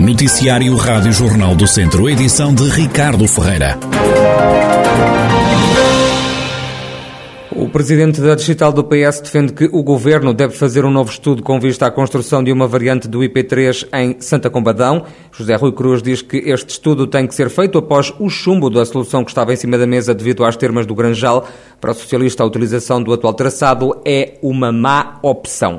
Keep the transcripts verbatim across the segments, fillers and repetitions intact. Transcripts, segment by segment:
Noticiário Rádio Jornal do Centro, edição de Ricardo Ferreira. O presidente da Distrital do P S defende que o governo deve fazer um novo estudo com vista à construção de uma variante do I P três em Santa Combadão. José Rui Cruz diz que este estudo tem que ser feito após o chumbo da solução que estava em cima da mesa devido às termas do Granjal. Para o socialista, a utilização do atual traçado é uma má opção.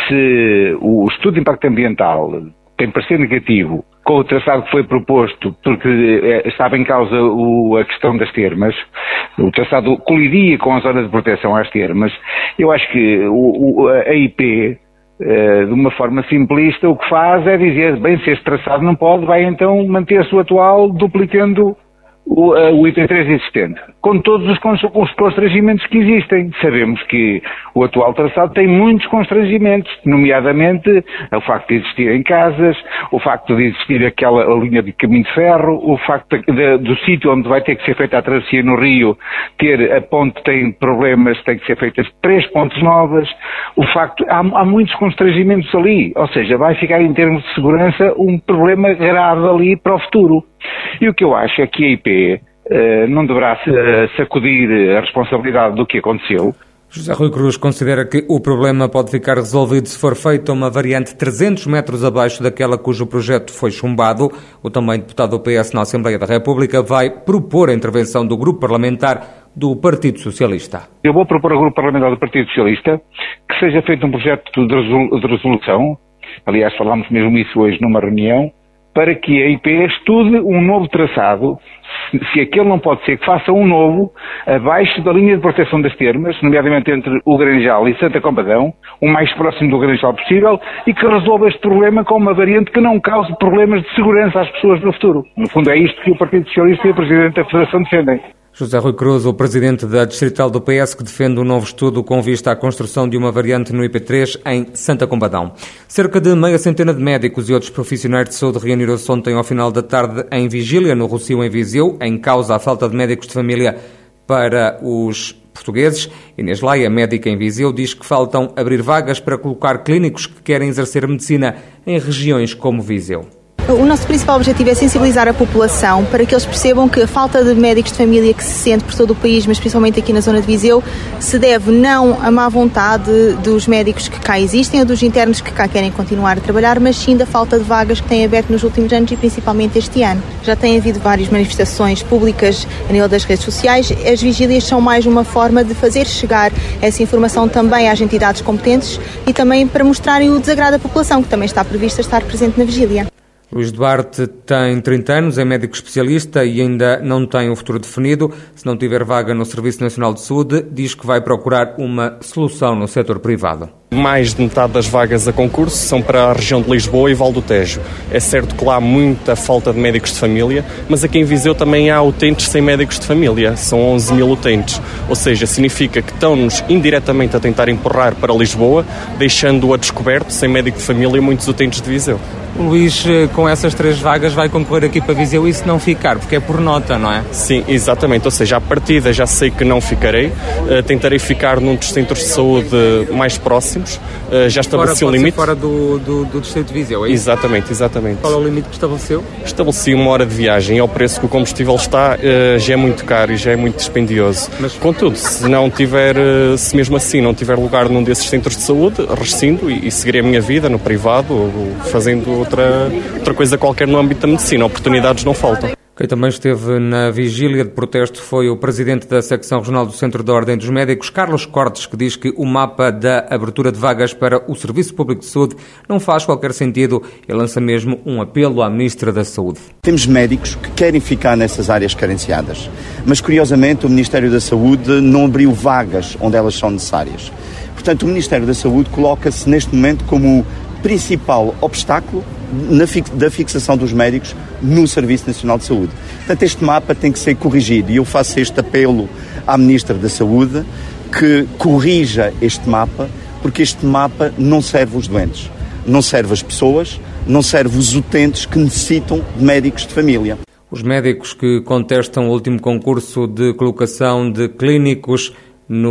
Se o estudo de impacto ambiental tem parecer negativo com o traçado que foi proposto, porque estava em causa o, a questão das termas, o traçado colidia com a zona de proteção às termas, eu acho que o, o, a I P, uh, de uma forma simplista, o que faz é dizer, bem, se este traçado não pode, vai então manter-se o atual, duplicando o, uh, o I P três existente, com todos os constrangimentos que existem. Sabemos que o atual traçado tem muitos constrangimentos, nomeadamente o facto de existirem casas, o facto de existir aquela linha de caminho de ferro, o facto de, de, do sítio onde vai ter que ser feita a travessia no rio, ter a ponte tem problemas, tem que ser feitas três pontes novas, o facto, há, há muitos constrangimentos ali, ou seja, vai ficar em termos de segurança um problema grave ali para o futuro. E o que eu acho é que a I P uh, não deverá uh, sacudir a responsabilidade do que aconteceu. José Rui Cruz considera que o problema pode ficar resolvido se for feita uma variante trezentos metros abaixo daquela cujo projeto foi chumbado. O também deputado do P S na Assembleia da República vai propor a intervenção do grupo parlamentar do Partido Socialista. Eu vou propor ao grupo parlamentar do Partido Socialista que seja feito um projeto de resolução, aliás falámos mesmo isso hoje numa reunião, para que a I P estude um novo traçado, se, se aquele não pode ser, que faça um novo, abaixo da linha de proteção das termas, nomeadamente entre o Granjal e Santa Combadão, o mais próximo do Granjal possível, e que resolva este problema com uma variante que não cause problemas de segurança às pessoas no futuro. No fundo é isto que o Partido Socialista e o Presidente da Federação defendem. José Rui Cruz, o presidente da Distrital do P S, que defende um novo estudo com vista à construção de uma variante no I P três em Santa Combadão. Cerca de meia centena de médicos e outros profissionais de saúde reuniram-se ontem ao final da tarde em vigília no Rossio, em Viseu, em causa a falta de médicos de família para os portugueses. Inês Laia, médica em Viseu, diz que faltam abrir vagas para colocar clínicos que querem exercer medicina em regiões como Viseu. O nosso principal objetivo é sensibilizar a população para que eles percebam que a falta de médicos de família que se sente por todo o país, mas principalmente aqui na zona de Viseu, se deve não à má vontade dos médicos que cá existem ou dos internos que cá querem continuar a trabalhar, mas sim da falta de vagas que têm aberto nos últimos anos e principalmente este ano. Já tem havido várias manifestações públicas a nível das redes sociais. As vigílias são mais uma forma de fazer chegar essa informação também às entidades competentes e também para mostrarem o desagrado da população, que também está prevista estar presente na vigília. Luís Duarte tem trinta anos, é médico especialista e ainda não tem um futuro definido. Se não tiver vaga no Serviço Nacional de Saúde, diz que vai procurar uma solução no setor privado. Mais de metade das vagas a concurso são para a região de Lisboa e Val do Tejo. É certo que lá há muita falta de médicos de família, mas aqui em Viseu também há utentes sem médicos de família. São onze mil utentes. Ou seja, significa que estão-nos indiretamente a tentar empurrar para Lisboa, deixando-o a descoberto, sem médico de família, muitos utentes de Viseu. O Luís, com essas três vagas, vai concorrer aqui para Viseu e se não ficar, porque é por nota, não é? Sim, exatamente. Ou seja, à partida já sei que não ficarei. Uh, tentarei ficar num dos centros de saúde mais próximos. Uh, já estabeleci um limite. Fora do, do, do distrito de Viseu, é isso? Exatamente, exatamente. Qual é o limite que estabeleceu? Estabeleci uma hora de viagem. Ao preço que o combustível está, uh, já é muito caro e já é muito dispendioso. Mas... Contudo, se não tiver, uh, se mesmo assim não tiver lugar num desses centros de saúde, rescindo e, e seguirei a minha vida no privado, ou, ou fazendo Outra, outra coisa qualquer no âmbito da medicina. Oportunidades não faltam. Quem também esteve na vigília de protesto foi o presidente da secção regional do Centro da Ordem dos Médicos, Carlos Cortes, que diz que o mapa da abertura de vagas para o Serviço Público de Saúde não faz qualquer sentido e lança mesmo um apelo à Ministra da Saúde. Temos médicos que querem ficar nessas áreas carenciadas, mas curiosamente o Ministério da Saúde não abriu vagas onde elas são necessárias. Portanto, o Ministério da Saúde coloca-se neste momento como o principal obstáculo na fix, da fixação dos médicos no Serviço Nacional de Saúde. Portanto, este mapa tem que ser corrigido e eu faço este apelo à Ministra da Saúde que corrija este mapa, porque este mapa não serve os doentes, não serve as pessoas, não serve os utentes que necessitam de médicos de família. Os médicos que contestam o último concurso de colocação de clínicos no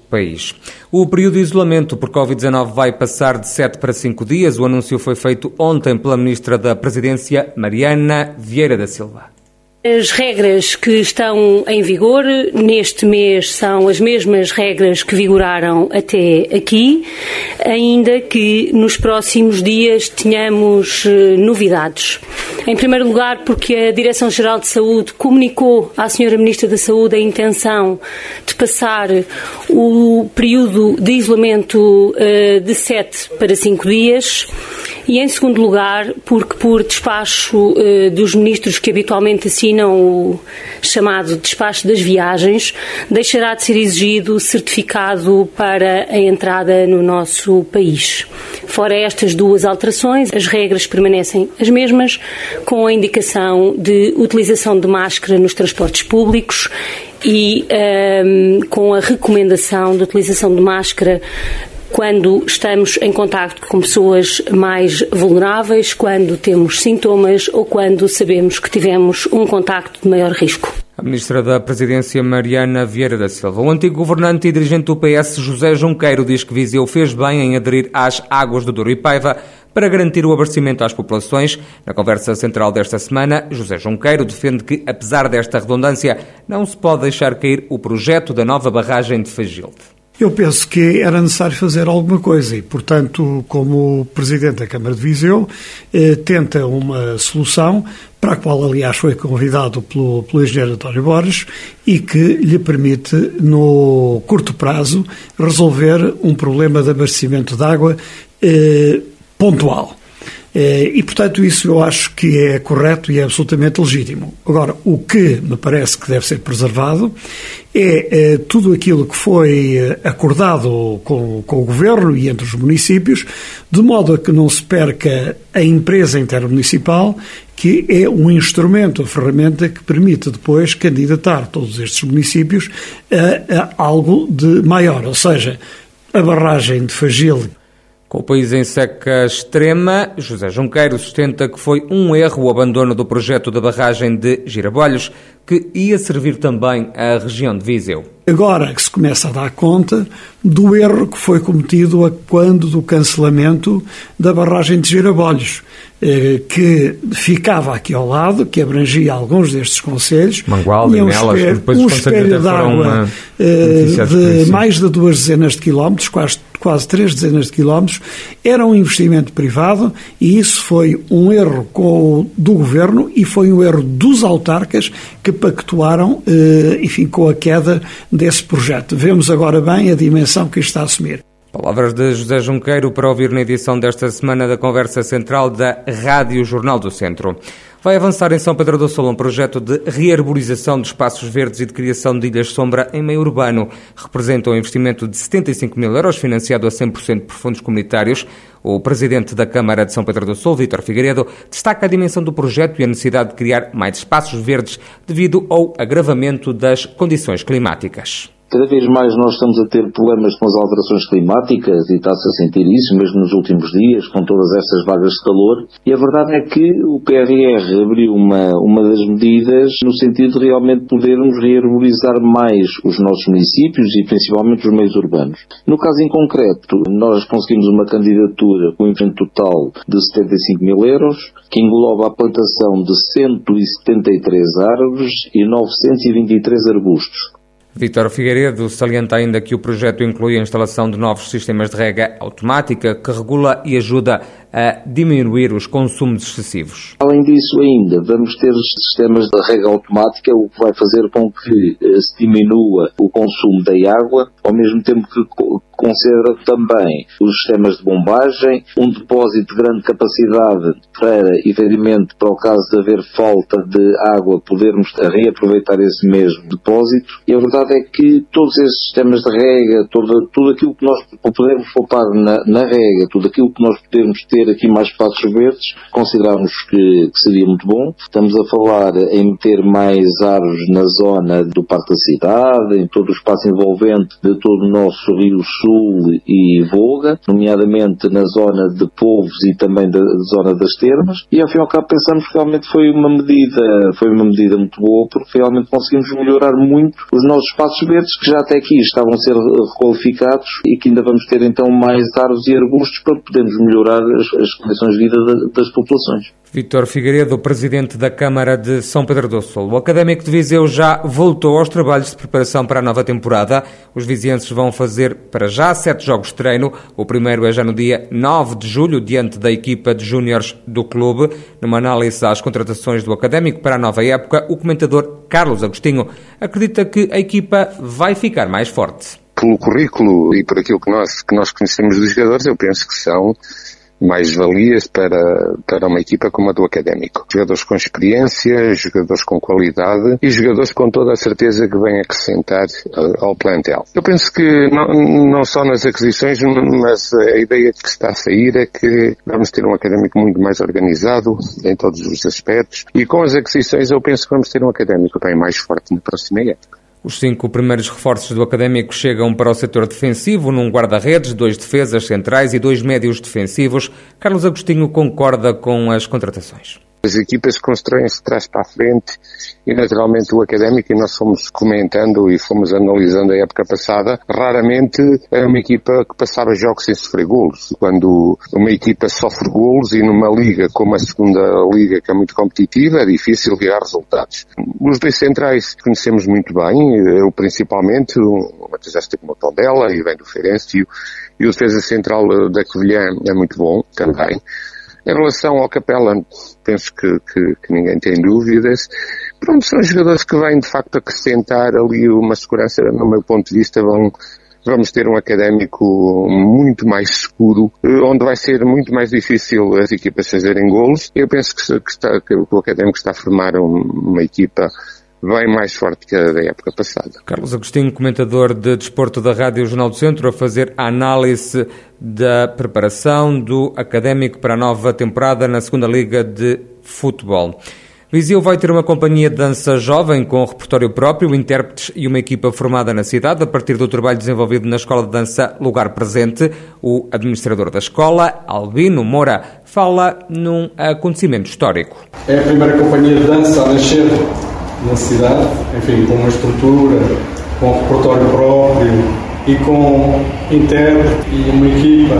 país. O período de isolamento por covid dezanove vai passar de sete para cinco dias. O anúncio foi feito ontem pela Ministra da Presidência, Mariana Vieira da Silva. As regras que estão em vigor neste mês são as mesmas regras que vigoraram até aqui, ainda que nos próximos dias tenhamos novidades. Em primeiro lugar, porque a Direção-Geral de Saúde comunicou à senhora Ministra da Saúde a intenção de passar o período de isolamento de sete para cinco dias. E, em segundo lugar, porque por despacho eh, dos ministros que habitualmente assinam o chamado despacho das viagens, deixará de ser exigido certificado para a entrada no nosso país. Fora estas duas alterações, as regras permanecem as mesmas, com a indicação de utilização de máscara nos transportes públicos e eh, com a recomendação de utilização de máscara quando estamos em contacto com pessoas mais vulneráveis, quando temos sintomas ou quando sabemos que tivemos um contacto de maior risco. A Ministra da Presidência, Mariana Vieira da Silva. O antigo governante e dirigente do P S, José Junqueiro, diz que Viseu fez bem em aderir às águas do Douro e Paiva para garantir o abastecimento às populações. Na conversa central desta semana, José Junqueiro defende que, apesar desta redundância, não se pode deixar cair o projeto da nova barragem de Fagilde. Eu penso que era necessário fazer alguma coisa e, portanto, como Presidente da Câmara de Viseu, eh, tenta uma solução para a qual, aliás, foi convidado pelo, pelo engenheiro António Borges e que lhe permite, no curto prazo, resolver um problema de abastecimento de água eh, pontual. E, portanto, isso eu acho que é correto e é absolutamente legítimo. Agora, o que me parece que deve ser preservado é, é tudo aquilo que foi acordado com, com o Governo e entre os municípios, de modo a que não se perca a empresa intermunicipal, que é um instrumento, a ferramenta que permite depois candidatar todos estes municípios a, a algo de maior, ou seja, a barragem de Fagilde. Com o país em seca extrema, José Junqueiro sustenta que foi um erro o abandono do projeto da barragem de Girabolhos, que ia servir também à região de Viseu. Agora que se começa a dar conta do erro que foi cometido a quando do cancelamento da barragem de Girabolhos, que ficava aqui ao lado, que abrangia alguns destes concelhos. Mangualde, e um Nelas, espelho, depois um os concelhos espelho até de foram água uh, de mais de duas dezenas de quilómetros, quase, quase três dezenas de quilómetros, era um investimento privado e isso foi um erro com, do Governo e foi um erro dos autarcas que pactuaram, enfim, com a queda desse projeto. Vemos agora bem a dimensão que está a assumir. Palavras de José Junqueiro para ouvir na edição desta semana da Conversa Central da Rádio Jornal do Centro. Vai avançar em São Pedro do Sul um projeto de rearborização de espaços verdes e de criação de ilhas sombra em meio urbano. Representa um investimento de setenta e cinco mil euros, financiado a cem por cento por fundos comunitários. O presidente da Câmara de São Pedro do Sul, Vítor Figueiredo, destaca a dimensão do projeto e a necessidade de criar mais espaços verdes devido ao agravamento das condições climáticas. Cada vez mais nós estamos a ter problemas com as alterações climáticas e está-se a sentir isso mesmo nos últimos dias, com todas estas vagas de calor. E a verdade é que o P R R abriu uma, uma das medidas no sentido de realmente podermos rearborizar mais os nossos municípios e principalmente os meios urbanos. No caso em concreto, nós conseguimos uma candidatura com um investimento total de setenta e cinco mil euros, que engloba a plantação de cento e setenta e três árvores e novecentos e vinte e três arbustos. Vítor Figueiredo salienta ainda que o projeto inclui a instalação de novos sistemas de rega automática que regula e ajuda a diminuir os consumos excessivos. Além disso ainda, vamos ter sistemas de rega automática, o que vai fazer com que se diminua o consumo da água, ao mesmo tempo que conceda também os sistemas de bombagem, um depósito de grande capacidade para, efetivamente, para o caso de haver falta de água, podermos reaproveitar esse mesmo depósito. E a verdade é que todos esses sistemas de rega, todo, tudo aquilo que nós podemos poupar na, na rega, tudo aquilo que nós podemos ter ter aqui mais espaços verdes, consideramos que, que seria muito bom. Estamos a falar em meter mais árvores na zona do Parque da Cidade, em todo o espaço envolvente de todo o nosso Rio Sul e Voga, nomeadamente na zona de Povos e também da zona das Termas, e ao fim e ao cabo pensamos que realmente foi uma medida, foi uma medida muito boa, porque realmente conseguimos melhorar muito os nossos espaços verdes, que já até aqui estavam a ser requalificados e que ainda vamos ter então mais árvores e arbustos para podermos melhorar as, as condições de vida das populações. Vítor Figueiredo, presidente da Câmara de São Pedro do Sul. O Académico de Viseu já voltou aos trabalhos de preparação para a nova temporada. Os vizienses vão fazer, para já, sete jogos de treino. O primeiro é já no dia nove de julho, diante da equipa de júniores do clube. Numa análise às contratações do Académico para a nova época, o comentador Carlos Agostinho acredita que a equipa vai ficar mais forte. Pelo currículo e por aquilo que nós, que nós conhecemos dos jogadores, eu penso que são mais-valias para, para uma equipa como a do Académico. Jogadores com experiência, jogadores com qualidade e jogadores com toda a certeza que vêm acrescentar ao plantel. Eu penso que não, não só nas aquisições, mas a ideia que está a sair é que vamos ter um Académico muito mais organizado em todos os aspectos, e com as aquisições eu penso que vamos ter um Académico bem mais forte na próxima época. Os cinco primeiros reforços do Académico chegam para o setor defensivo, num guarda-redes, dois defesas centrais e dois médios defensivos. Carlos Agostinho concorda com as contratações. As equipas constroem-se de trás para a frente e naturalmente o Académico, e nós fomos comentando e fomos analisando a época passada, raramente era uma equipa que passava jogos sem sofrer golos. Quando uma equipa sofre golos e numa liga como a segunda liga, que é muito competitiva, é difícil criar resultados. Os dois centrais conhecemos muito bem, eu principalmente, o Matheus já esteve no Tondela e vem do Feirense, e o, e o defesa central da Covilhã é muito bom também. Em relação ao Capela, penso que, que, que ninguém tem dúvidas. Pronto, são jogadores que vêm de facto acrescentar ali uma segurança, no meu ponto de vista, vão, vamos ter um Académico muito mais seguro, onde vai ser muito mais difícil as equipas fazerem golos. Eu penso que, que, está, que o Académico está a formar um, uma equipa bem mais forte que a da época passada. Carlos Agostinho, comentador de desporto da Rádio Jornal do Centro, a fazer a análise da preparação do Académico para a nova temporada na segunda Liga de Futebol. Viseu vai ter uma companhia de dança jovem com repertório próprio, intérpretes e uma equipa formada na cidade a partir do trabalho desenvolvido na Escola de Dança Lugar Presente. O administrador da escola, Albino Moura, fala num acontecimento histórico. É a primeira companhia de dança a nascer na cidade, enfim, com uma estrutura, com um repertório próprio e com intérprete e uma equipa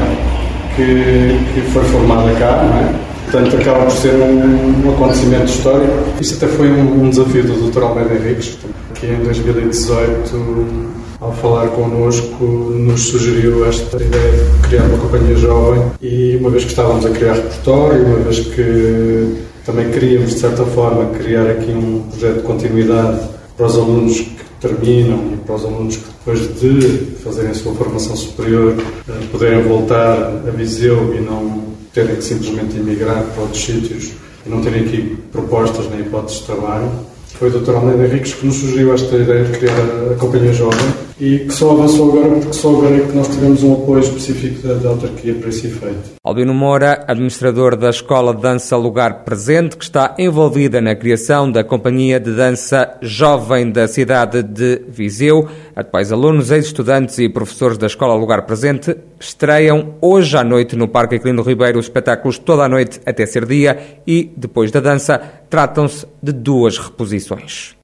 que, que foi formada cá, não é? Portanto, acaba por ser um, um acontecimento histórico. Isto até foi um, um desafio do doutor Almeida Henriques, que em dois mil e dezoito, ao falar connosco, nos sugeriu esta ideia de criar uma companhia jovem, e uma vez que estávamos a criar repertório, uma vez que também queríamos, de certa forma, criar aqui um projeto de continuidade para os alunos que terminam e para os alunos que, depois de fazerem a sua formação superior, poderem voltar a Viseu e não terem que simplesmente emigrar para outros sítios e não terem aqui propostas nem hipóteses de trabalho. Foi o doutor Almeida Henriques que nos sugeriu esta ideia de criar a Companhia Jovem, e que só avançou agora porque só agora é que nós tivemos um apoio específico da, da autarquia para esse efeito. Albino Moura, administrador da Escola de Dança Lugar Presente, que está envolvida na criação da Companhia de Dança Jovem da cidade de Viseu. Atuais alunos, ex-estudantes e professores da Escola Lugar Presente estreiam hoje à noite no Parque Aquilino Ribeiro os espetáculos toda a noite até ser dia, e, depois da dança, tratam-se de duas reposições.